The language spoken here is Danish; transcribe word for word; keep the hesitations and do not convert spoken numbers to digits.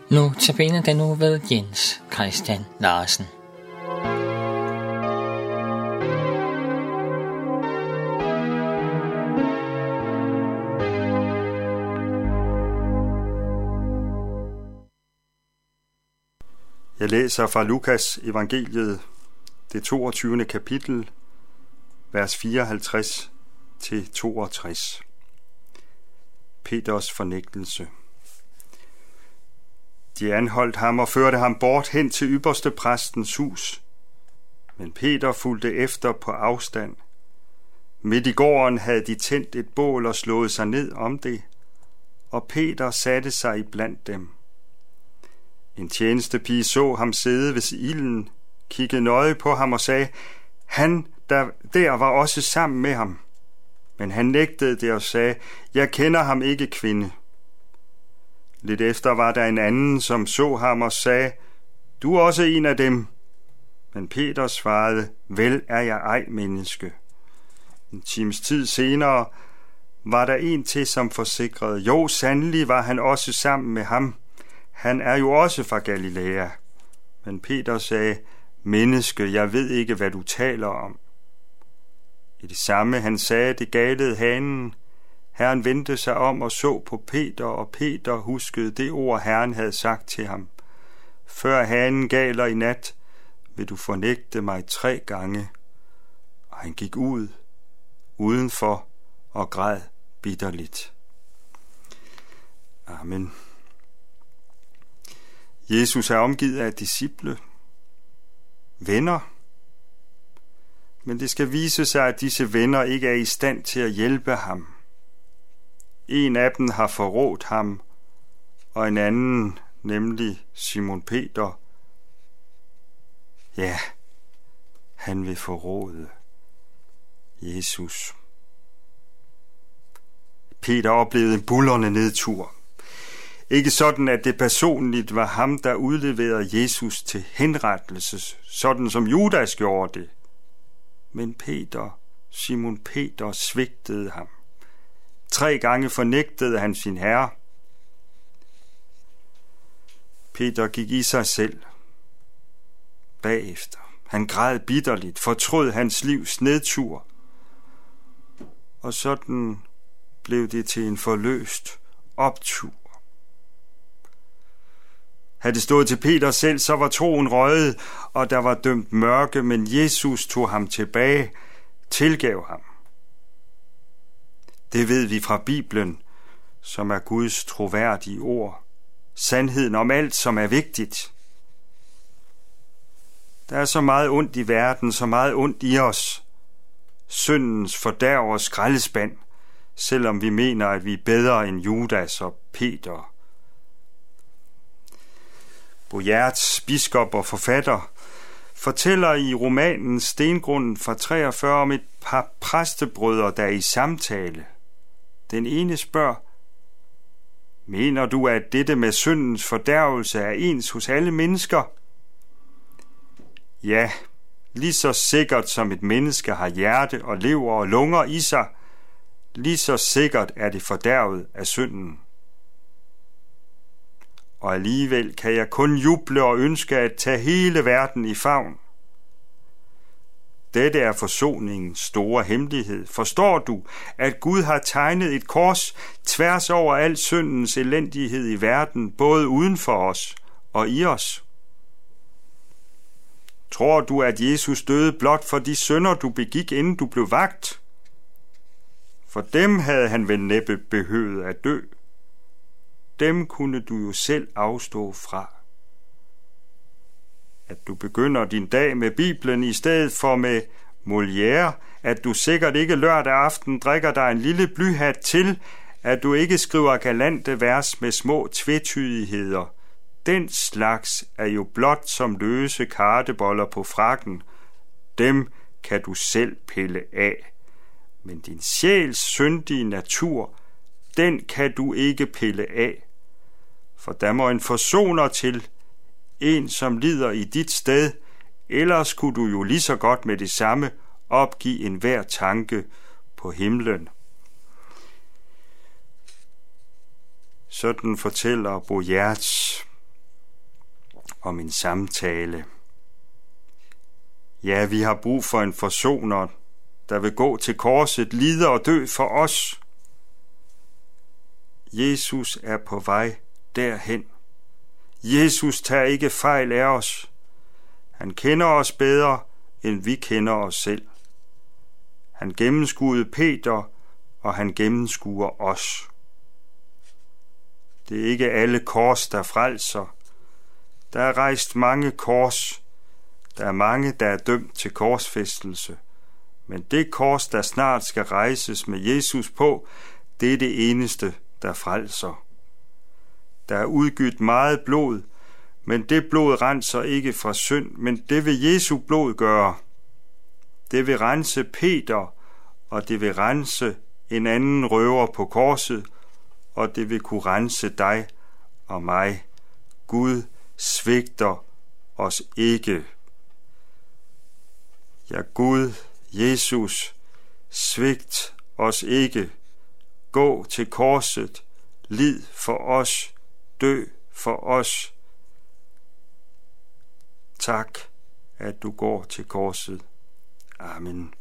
Nu tabiner den nu ved Jens Christian Larsen. Jeg læser fra Lukas evangeliet, det toogtyvende kapitel, vers fireoghalvtreds til toogtres. Peters fornægtelse. De anholdt ham og førte ham bort hen til ypperste præstens hus. Men Peter fulgte efter på afstand. Midt i gården havde de tændt et bål og slået sig ned om det, og Peter satte sig iblandt dem. En tjenestepige så ham sidde ved ilden, kiggede nøje på ham og sagde, han der, der var også sammen med ham. Men han nægtede det og sagde, jeg kender ham ikke, kvinde. Lidt efter var der en anden, som så ham og sagde, du er også en af dem. Men Peter svarede, vel er jeg ej menneske. En times tid senere var der en til, som forsikrede, jo, sandelig var han også sammen med ham. Han er jo også fra Galilea. Men Peter sagde, menneske, jeg ved ikke, hvad du taler om. I det samme han sagde, det galede hanen. Herren vendte sig om og så på Peter, og Peter huskede det ord, Herren havde sagt til ham. Før hanen galer i nat, vil du fornægte mig tre gange. Og han gik ud, udenfor, og græd bitterligt. Amen. Jesus er omgivet af disciple, venner, men det skal vise sig, at disse venner ikke er i stand til at hjælpe ham. En af dem har forrådt ham, og en anden, nemlig Simon Peter, ja, han vil forråde Jesus. Peter oplevede en buldrende nedtur. Ikke sådan, at det personligt var ham, der udleverede Jesus til henrettelse, sådan som Judas gjorde det. Men Peter, Simon Peter, svigtede ham. Tre gange fornægtede han sin herre. Peter gik i sig selv. Bagefter. Han græd bitterligt, fortrød hans livs nedtur. Og sådan blev det til en forløst optur. Havde det stået til Peter selv, så var troen røget, og der var dømt mørke, men Jesus tog ham tilbage, tilgav ham. Det ved vi fra Bibelen, som er Guds troværdige ord. Sandheden om alt, som er vigtigt. Der er så meget ondt i verden, så meget ondt i os. Syndens fordærv og skraldespand, selvom vi mener, at vi er bedre end Judas og Peter. Bojerts, biskop og forfatter, fortæller i romanen Stengrunden fra treogfyrre om et par præstebrødre, der er i samtale. Den ene spørger, mener du, at dette med syndens fordærvelse er ens hos alle mennesker? Ja, lige så sikkert som et menneske har hjerte og lever og lunger i sig, lige så sikkert er det fordærvet af synden. Og alligevel kan jeg kun juble og ønske at tage hele verden i favn. Dette er forsoningens store hemmelighed. Forstår du, at Gud har tegnet et kors tværs over al syndens elendighed i verden, både uden for os og i os? Tror du, at Jesus døde blot for de synder, du begik, inden du blev vakt? For dem havde han vel næppe behøvet at dø. Dem kunne du jo selv afstå fra. At du begynder din dag med Bibelen i stedet for med Molière, at du sikkert ikke lørdag aften drikker dig en lille blyhat til, at du ikke skriver galante vers med små tvetydigheder. Den slags er jo blot som løse karteboller på frakken. Dem kan du selv pille af. Men din sjæls syndige natur, den kan du ikke pille af. For der må en forsoner til, en som lider i dit sted, ellers kunne du jo lige så godt med det samme opgive enhver tanke på himlen. Sådan fortæller Bojerts og en samtale. Ja, vi har brug for en forsoner, der vil gå til korset, lide og dø for os. Jesus er på vej derhen. Jesus tager ikke fejl af os. Han kender os bedre, end vi kender os selv. Han gennemskuede Peter, og han gennemskuer os. Det er ikke alle kors, der frelser. Der er rejst mange kors. Der er mange, der er dømt til korsfæstelse. Men det kors, der snart skal rejses med Jesus på, det er det eneste, der frelser. Der er udgydt meget blod, men det blod renser ikke fra synd, men det vil Jesu blod gøre. Det vil rense Peter, og det vil rense en anden røver på korset, og det vil kunne rense dig og mig. Gud svigter os ikke. Ja, Gud, Jesus, svigt os ikke. Gå til korset, lid for os, dø for os. Tak, at du går til korset. Amen.